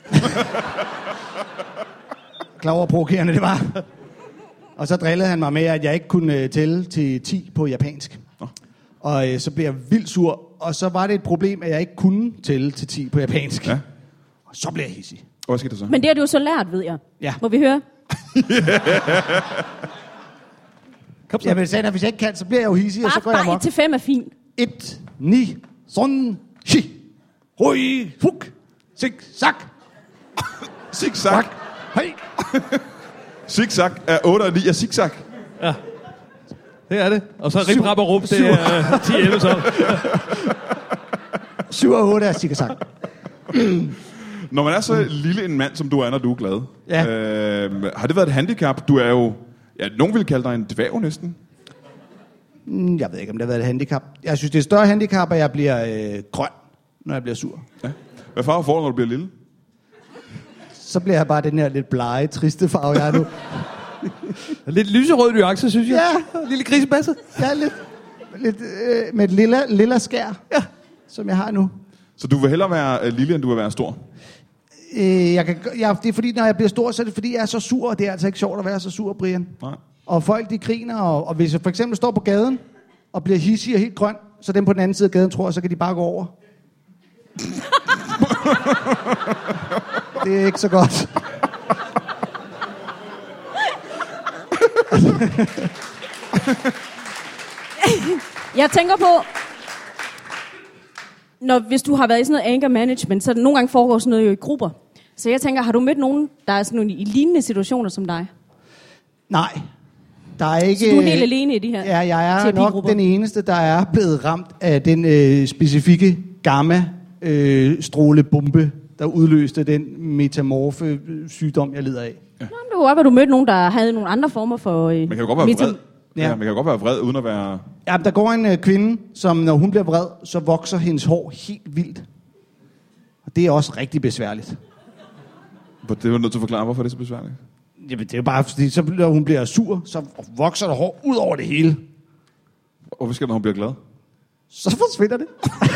Klar over, provokerende det var. Og så drillede han mig med, at jeg ikke kunne øh, tælle til ti på japansk. Nå. Og øh, så blev jeg vildt sur. Og så var det et problem, at jeg ikke kunne tælle til ti på japansk. Ja. Og så blev jeg hissig. Og hvad skete der så? Men det har du jo så lært, ved jeg. Ja. Må vi høre? Kom så. Jamen, sagde han, hvis jeg ikke kan, så bliver jeg jo hissig, og så Bare, går jeg bare amok. et til fem er fint. Et, ni, sådan, shi, hui, huk, sig, sak, Zigzag. hej. Zigzag er otte og ni er zigzag. Ja. Det er det. Og så Syv- rip, rap og rum, det syv- er ti elleve så. Syv og otte er sikkersak. Når man er så lille en mand, som du er, når du er glad, Ja. øh, har det været et handicap? Du er jo, ja, nogen vil kalde dig en dværg næsten. Mm, Jeg ved ikke, om det har været et handicap. Jeg synes, det er et større handicap, at jeg bliver øh, grøn, når jeg bliver sur. Ja. Hvad farve får du, når du bliver lille? Så bliver jeg bare den her lidt blege, triste farve, jeg er nu. Lidt lyserød nuance, synes jeg. Ja. Lille grisebasse. Jeg er lidt, lidt øh, med et lilla, lilla skær, ja, som jeg har nu. Så du vil hellere være øh, lille, end du vil være stor? Øh, jeg kan, jeg, det er fordi, når jeg bliver stor, så er det fordi, jeg er så sur, og det er altså ikke sjovt at være så sur, Brian. Nej. Og folk, de griner, og, og hvis jeg for eksempel står på gaden, og bliver hissig og helt grøn, så dem på den anden side af gaden tror, så kan de bare gå over. Det er ikke så godt. Jeg tænker på, når, hvis du har været i sådan noget anger management, så er det nogle gange foregår sådan noget jo i grupper. Så jeg tænker, har du mødt nogen, der er sådan nogle i lignende situationer som dig? Nej, der er ikke... Så du er helt alene i de her Ja, jeg er nok terapigrupper? den eneste, der er blevet ramt af den øh, specifikke gamma-strålebombe, der udløste den metamorfe øh, sygdom, jeg lider af. Nå, men det kunne godt være, du mødte nogen, der havde nogle andre former for... Øh, Man kan jo godt være metam- vred. Ja. Ja. ja, man kan jo godt være vred, uden at være... Ja, der går en øh, kvinde, som når hun bliver vred, så vokser hendes hår helt vildt. Og det er også rigtig besværligt. Hvor det var nødt til at forklare, hvorfor det er så besværligt. Jamen, det er jo bare, fordi så, når hun bliver sur, så vokser der hår ud over det hele. Og hvad sker der, når hun bliver glad? Så forsvinder det.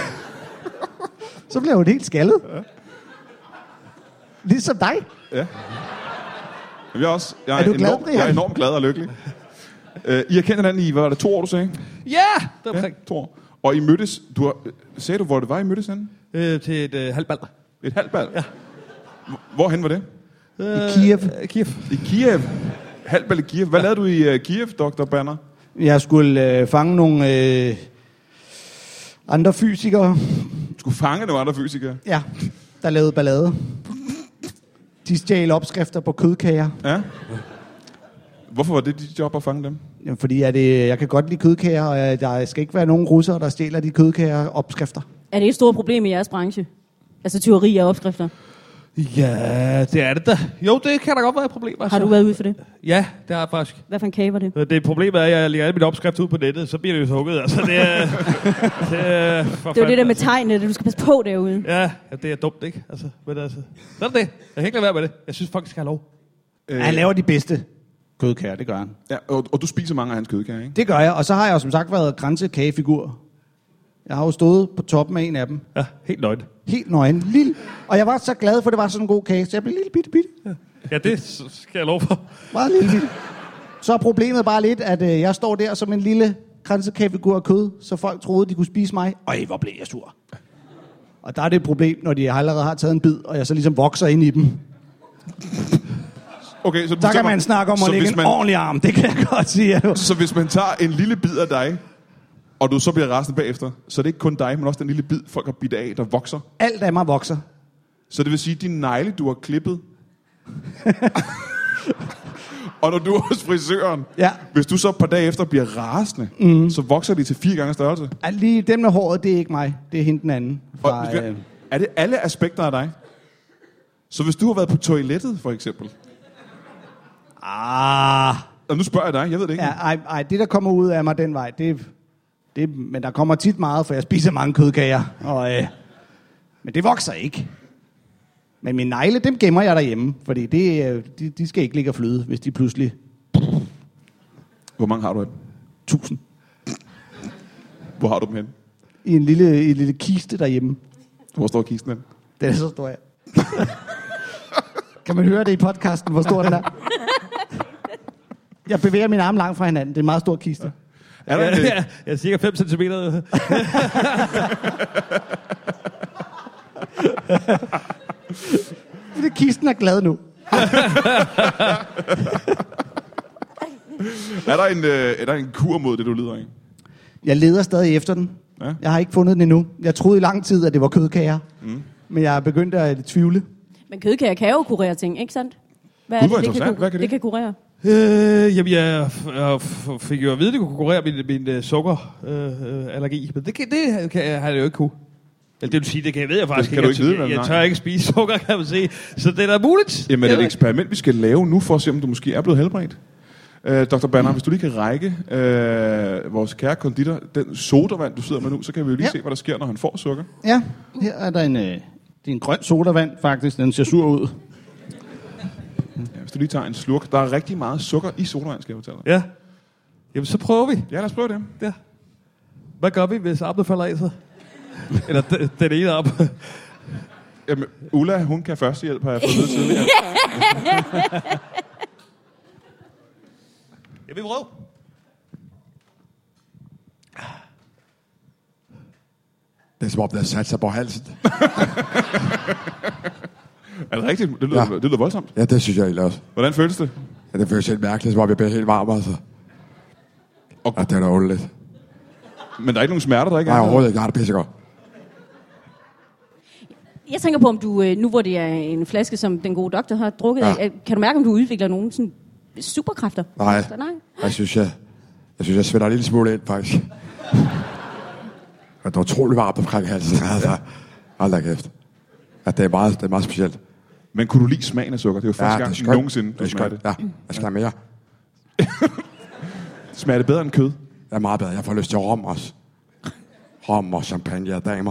Så bliver hun helt skaldet. Ja. Ligesom dig. Ja. Jamen, jeg er også... Jeg er, Er du glad, enormt, Brian? jeg er enormt glad og lykkelig. Uh, I har kendt hinanden i, hvad var det, to år, du sagde? Ja, det er omkring. Ja, to år. Og I mødtes... Du har, sagde du, hvor det var, I mødtes henne? Øh, til et øh, halvt bal. Et halvt bal? Ja. Hvorhen var det? Øh, I Kiev. øh, Kiev. I Kiev. Halvt bal i Kiev. Hvad lavede du i uh, Kiev, doktor Banner? Jeg skulle øh, fange nogle øh, andre fysikere, Du skulle fange nogle andre fysikere. ja, der lavede ballade. De stjal opskrifter på kødkager. Ja. Hvorfor var det dit job at fange dem? Jamen, fordi at, øh, jeg kan godt lide kødkager, og øh, der skal ikke være nogen russere, der stjæler de kødkager opskrifter. Er det et stort problem i jeres branche? Altså tyveri af opskrifter? Ja, det er det da. Jo, det kan da godt være et problem. Altså. Har du været ude for det? Ja, det har jeg faktisk. Hvad for en kage var det? Det problemet er, at jeg lægger alle mine opskrifter ud på nettet, så bliver det jo så hugget. Altså, det er... det er Det er jo det der med tegnet, du skal passe på derude. Ja, det er dumt, ikke? Altså, men altså... Så er det det. Jeg kan ikke lade være med det. Jeg synes folk skal have lov. Øh. Han laver de bedste kødkager, det gør han. Ja, og, og du spiser mange af hans kødkager, ikke? Det gør jeg, og så har jeg jo som sagt været kransekagefigur. Jeg har jo stået på toppen af en af dem. Ja, helt nøgen. Helt nøgen. Lille. Og jeg var så glad for, at det var sådan en god kage, så jeg blev lille bitte bitte. Ja, ja det skal jeg lov for. Meget lille bitte. Så er problemet bare lidt, at øh, jeg står der som en lille kransekagefigur af kød, så folk troede, de kunne spise mig. Øj, hvor blev jeg sur. Og der er det et problem, når de allerede har taget en bid, og jeg så ligesom vokser ind i dem. Okay, så der kan man snakke om at lægge en man, ordentlig arm, det kan jeg godt sige. Så hvis man tager en lille bid af dig, og du så bliver rasende bagefter, så er det ikke kun dig, men også den lille bid, folk har bidt af, der vokser. Alt af mig vokser. Så det vil sige, at din negle, du har klippet. Og når du er hos frisøren, ja. Hvis du så et par dage efter bliver rasende, mm. så vokser de til fire gange størrelse. Ja, lige dem med håret, det er ikke mig. Det er hende den anden. Fra, og, øh... Er det alle aspekter af dig? Så hvis du har været på toilettet, for eksempel. Ah. Og nu spørger jeg dig, jeg ved det ikke. Ja, ej, ej, det der kommer ud af mig den vej, det, det, men der kommer tit meget, for jeg spiser mange kødkager. Og, øh, men det vokser ikke. Men mine negle, dem gemmer jeg derhjemme, fordi det, de, de skal ikke ligge og flyde, hvis de pludselig... Hvor mange har du af dem? Tusind. Hvor har du dem henne? I en lille, i en lille kiste derhjemme. Hvor står kisten henne? Den er så stor, ja. Kan man høre det i podcasten, hvor stor den er? Jeg bevæger mine arme langt fra hinanden. Det er en meget stor kiste. Ja, er der en, ja, jeg er cirka fem centimeter. Det kisten er glad nu. er, der en, øh, er der en kur mod det, du lider af? Jeg leder stadig efter den. Ja. Jeg har ikke fundet den endnu. Jeg troede i lang tid, at det var kødkager. Mm. Men jeg er begyndt at tvivle. Men kødkager kan jo kurere ting, ikke sandt? Hvad, det, det, det, kan, Hvad kan det? det kan kurere? Øh, jamen, jeg, jeg fik jo at vide, at det kunne kurere min, min uh, sukkerallergi. Øh, men det, kan, det kan jeg, har jeg jo ikke kunne. Eller det vil sige, det kan jeg ved jeg faktisk det kan ikke. Du ikke jeg, vide, jeg tør ikke spise sukker, kan man sige. Så det er da muligt. Jamen, det er et eksperiment, vi skal lave nu, for at se, om du måske er blevet helbredt. Øh, doktor Banner, mm. hvis du lige kan række øh, vores kære konditor, den sodavand, du sidder med nu, så kan vi jo lige ja. se, hvad der sker, når han får sukker. Ja, her er der en, øh, det er en grøn sodavand, faktisk. Den ser sur ud. Ja, hvis du lige tager en slurk. Der er rigtig meget sukker i sodavand, skal jeg fortælle dig. Ja. Jamen, så prøver vi. Ja, lad os prøve det. Ja. Hvad gør vi, hvis armen falder af sig? Eller d- den ene op? Jamen, Ulla, hun kan førstehjælp, har jeg fået ved tidligere. Jeg vil prøve. Det er som om, der er sat sig på halsen. Er det rigtigt? Det lyder, ja. det lyder voldsomt. Ja, det synes jeg egentlig også. Hvordan føles det? Ja, det føles helt mærkeligt, som om jeg bliver helt varm, altså. Og ja, det er da underligt. Men der er ikke nogen smerter, der ikke Nej, er? Nej, overhovedet ikke. Jeg har det pissegodt. Jeg tænker på, om du, nu hvor det er en flaske, som den gode doktor har drukket ja. af, kan du mærke, om du udvikler nogle sådan superkræfter? Nej, Så, nej. Jeg synes, jeg, jeg, synes, jeg svætter en lille smule ind, faktisk. Det er utrolig varmt omkring halsen. Altså, hold da kæft. Ja, det er meget, det er meget specielt. Men kunne du lide smagen af sukker? Det er jo første ja, gang nogensinde, du smager det. Ja, jeg skal have mere. Smager det bedre end kød? Det er meget bedre. Jeg får lyst til rom også. Rom og champagne og damer.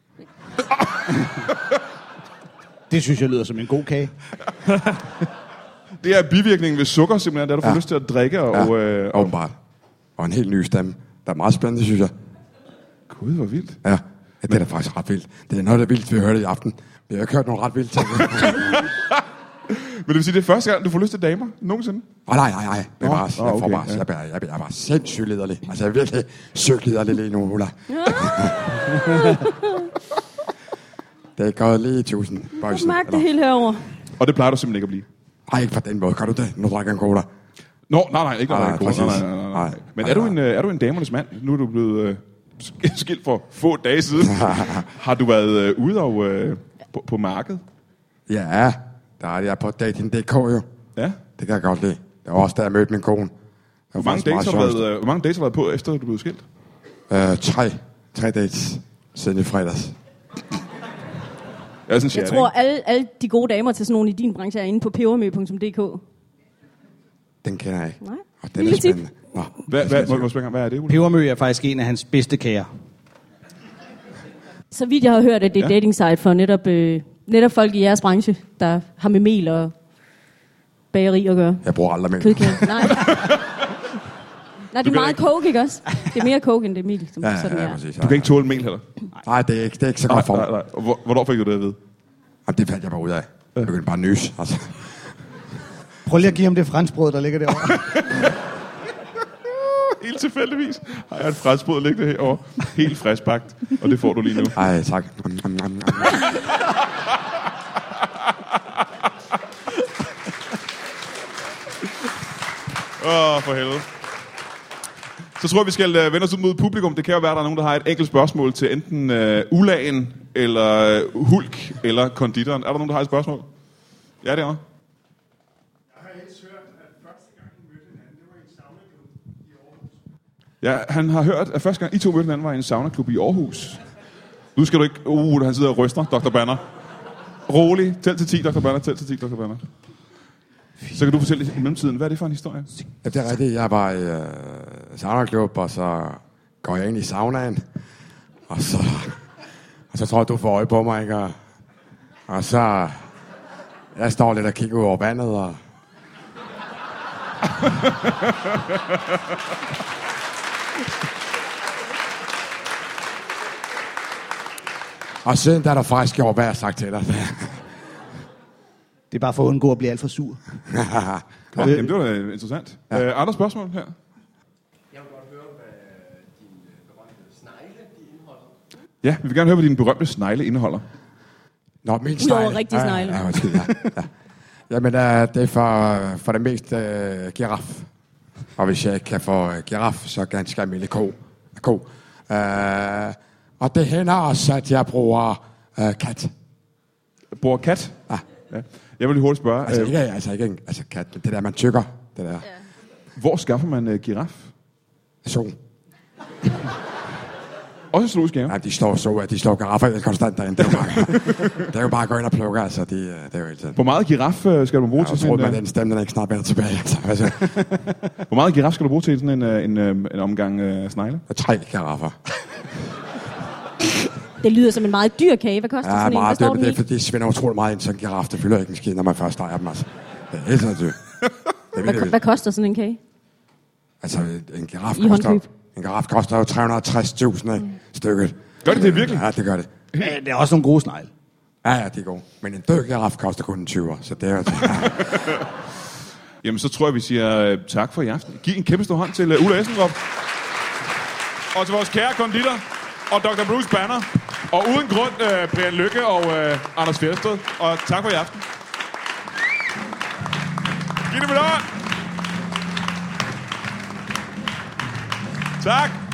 Det synes jeg lyder som en god kage. Det er bivirkningen ved sukker, simpelthen, at du får ja. lyst til at drikke. Og, ja, øh, og, åbenbart. Og en helt ny stemme. Der er meget spændende, synes jeg. Gud, hvor vildt. Ja, ja det er da faktisk ret vildt. Det er noget, der er vildt, vi hørte i aften. Vi har ikke hørt nogle ret vildt ting. Men det vil sige, det er første gang, du får lyst til damer nogensinde? Oh, nej, nej, nej. Jeg, bare, oh, okay, jeg, får bare, ja. jeg, bliver, jeg, bliver, jeg er bare sindssygt liderlig. Altså, jeg er virkelig sygt liderlig lige nu, Ulla. Det er gået lige i tusind. Jeg mærker det hele herovre. Og det plejer du simpelthen ikke at blive? Nej, ikke på den måde. Gør du det? Nu drikker jeg en cola. Nå, nej, nej, ikke nej, nej, nej, nej, nej, nej, nej. Men er du en, er du en damernes mand? Nu er du blevet øh, skilt for få dage siden. Har du været øh, ude og, øh, på, på markedet? Ja, der er jeg på dating punktum d k jo. Ja. Det kan jeg godt lide. Det var også, da jeg mødte min kone. Hvor mange, dates har været, øh, hvor mange dates har du været på, efter du blev skilt? Øh, tre. Tre dates siden i fredags. Ja, sådan Jeg tror, alle, alle de gode damer til sådan nogle i din branche er inde på pebermø punktum d k. Den kender jeg ikke. Nej. Og den Lille er tip. spændende. Nå. Hvad, hvad, må, må spørge, hvad er det, Ole? Pebermø er faktisk en af hans bedste kager. Så vidt jeg har hørt, at det er et Ja. dating site for netop, øh, netop folk i jeres branche, der har med mel og bageri at gøre. Jeg bruger aldrig mælk. Kødkage. Nej. Nej, det er kan meget ikke- coke, ikke også? Det er mere coke, end det er mel, som Ja, sådan ja, er. præcis. Du kan ikke tåle mel heller? Nej, det er ikke, det er ikke så Nej, godt for nej, mig. nej. Hvor, hvornår fik du det at vide? Jamen, det fandt jeg bare ud af. Jeg begyndte bare at nys. Altså. Prøv lige at give ham det franskbrød, der ligger derovre. Helt tilfældigvis har jeg et franskbrød liggende herovre. Helt friskbagt. Og det får du lige nu. Ej, tak. Nom, nom, nom, nom. Åh, oh, for helvede. Så tror jeg, vi skal uh, vende os ud mod publikum. Det kan jo være, at der er nogen, der har et enkelt spørgsmål til enten uh, Ulagen, eller uh, Hulk, eller konditoren. Er der nogen, der har et spørgsmål? Ja, det er. Jeg har helst hørt, at første gang, I mødte hinanden, det var i en saunaklub i Aarhus. Ja, han har hørt, at første gang I to mødte hinanden var i en saunaklub i Aarhus. Nu skal du ikke... Uh, han sidder og ryster, doktor Banner. Rolig. Tæl til ti, doktor Banner. Tæl til ti, doktor Banner. Så kan du fortælle i mellemtiden, hvad er det for en historie? Ja, det er rigtigt. Jeg var i øh, saunaklub, og så går jeg ind i saunaen. Og så, og så tror jeg, du får øje på mig, ikke? Og, og så... Jeg står lidt og kigger ud over vandet, og... og siden der er der faktisk gjort, hvad jeg har sagt til dig. Det er bare for at undgå at blive alt for sur. Nå, jamen, det var da interessant. Ja. Uh, andre spørgsmål her? Jeg vil godt høre, hvad din berømte snegle de indeholder. Ja, vi vil gerne høre, hvad din berømte snegle indeholder. Nå, min Udover snegle. rigtig snegle. Ja, ja, undskyld, ja. ja. Jamen, uh, det er for, for det meste uh, giraf. Og hvis jeg ikke kan få uh, giraf, så ganske almindelig ko. ko. Uh, og det hænder også, at jeg bruger uh, kat. Bruger kat? Ja. Ja. Jeg vil lige hurtigt spørge, Altså øh, ikke, altså ikke en altså kat, det der, man tykker. Det der. hvor skaffer man uh, giraf? Så. Også i zoologisk have. Ja, de står så, at de slår giraffer konstant derinde. Det er jo bare, det er jo bare at gå ind og plukke, altså. De, det er jo hele tiden. Hvor meget giraf uh, skal du bruge Jeg til tror, sådan at en... den stemme, den er ikke snart bedre tilbage. Altså, altså, Hvor meget giraf skal du bruge til sådan en, uh, en, uh, en omgang uh, snegle? tre giraffer. Det lyder som en meget dyr kage. Hvad koster Ja, sådan en? Hvad meget står dyrt, den men det i? er fordi, det svinder utroligt meget ind, så en giraf, det fylder ikke en skid, når man først steger dem, altså. Det er helt sådan dyrt. Det er Hvad, virkelig, hvad koster sådan en kage? altså, en giraf I koster, håndkøb? en giraf koster jo tre hundrede og tres tusind mm. stykket. Gør det det virkelig? Ja, det gør det. Ja, det er også nogle gode snegle. Ja, ja, det er godt. Men en død giraf koster kun en tyver, så det er jo... Jamen, så tror jeg, vi siger uh, tak for i aften. Giv en kæmpe stor hånd til uh, Ulla Essenrup. Og til vores kære konditor og doktor Bruce Banner. Og uden grund, uh, Brian Lykke og uh, Anders Fjersted. Og tak for i aften. Giv det med hånd. Tak.